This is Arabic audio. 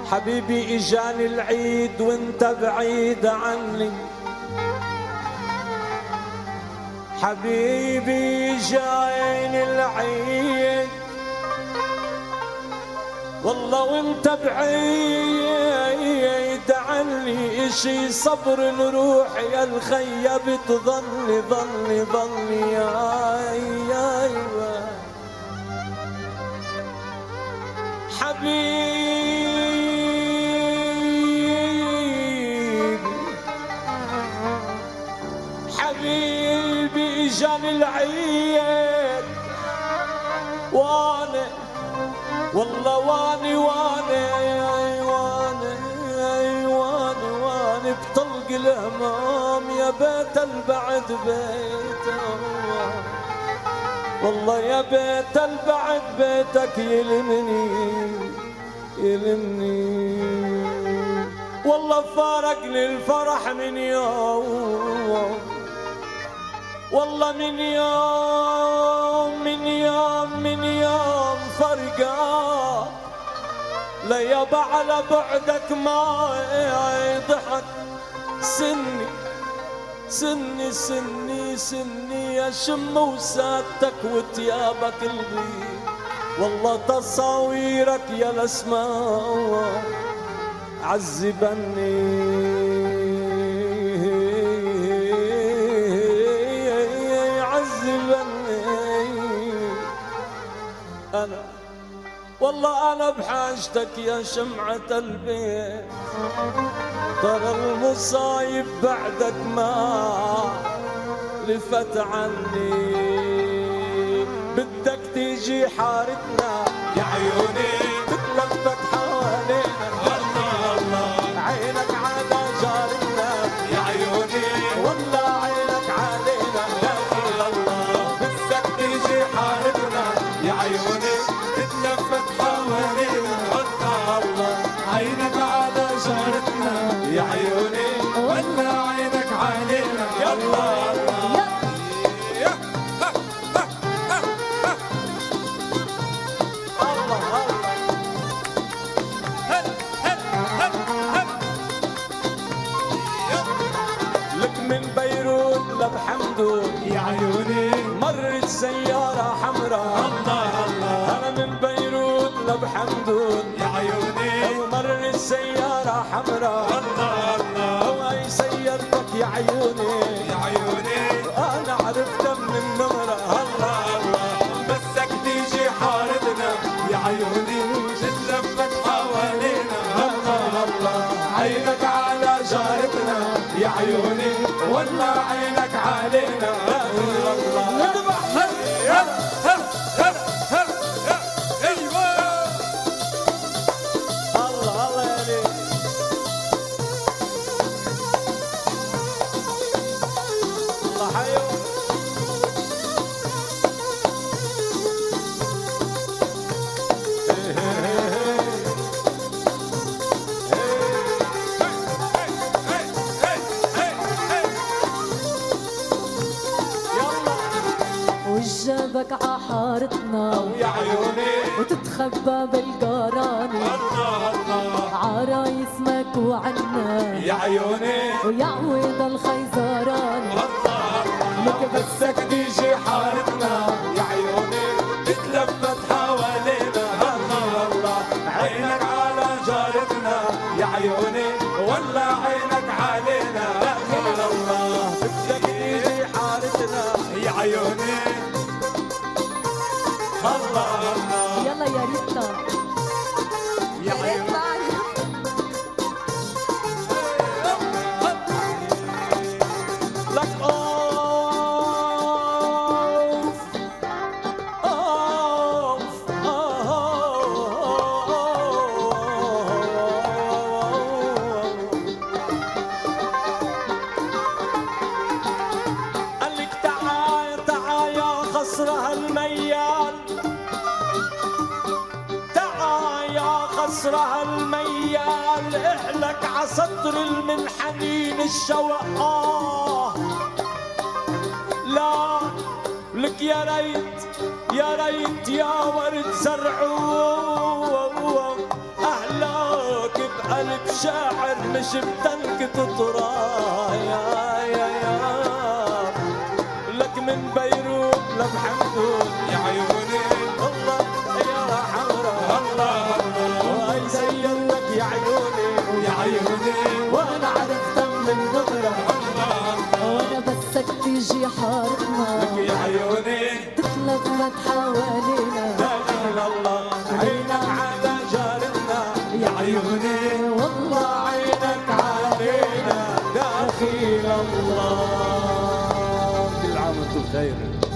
حبيبي اجاني العيد وانت بعيد عني، حبيبي اجاني العيد والله وانت بعيد عني، اشي صبر الروح يا الخيا بتظلي ظلي ظلي يا حبيبي اجاني العيد وانا والله واني بطلق الهمام يا بيت البعد بيته، والله يا بيت البعد بيتك يلمني والله فارقني الفرح من يوم، والله من يوم فرقا لا يابا على بعدك ما يضحك سني يا شم وسادتك وتيابك البيض، والله تصاويرك يا الاسماء عذبني أنا والله أنا بحاجتك يا شمعة البيت، ترى المصايب بعدك ما لفت عني، بدك تيجي حارتنا يا عيوني تتلفت حوالينا، الله عينك على جارتنا يا عيوني والله عينك علينا، الله بدك تيجي حارتنا يا عيوني تتلفت حوالينا، الله عينك على جارتنا يا عيوني والله عينك علينا، يا الله بحمدون يا عيوني مرت سيارة حمراء، الله أنا من بيروت لبحمدون يا عيوني ومرت سيارة حمراء، الله وهي سيارتك يا عيوني أنا عرفتها من النمرة، الله بسك تيجي حارتنا يا عيوني تتلفت حوالينا، الله عينك على جارتنا يا عيوني والله عينك علينا، الله جابك عحارتنا يا عيوني وتتخبى بالقراني، الله عرايس ماكو عنا يا عيوني ويعوض الخيزراني، لك بدك تيجي حارتنا يا عيوني تتلفت حوالينا، الله عينك على جارتنا يا عيوني والله عينك علينا، الله بدك تيجي حارتنا يا عيوني يلا يا ريتا يا عيوني لك قال لك تعال يا خسرها الميال، خسرها الميال اهلك عصدر المنحنين الشوق، لا لك يا ريت يا ورد زرعوه اهلك قلب شاعر مش بتنك تطرى يا لك من بيروت لمحمدون يا عيوني الله يا حمرا الله وهي زينك يا عيوني يا عيوني وانا عرفتها من دغرة وانا بسك تيجي حارتنا يا عيوني تتلفت حوالينا دخيل الله عينك على جارتنا يا عيوني والله عينك علينا دخيل الله. كل عام وانتم بخير.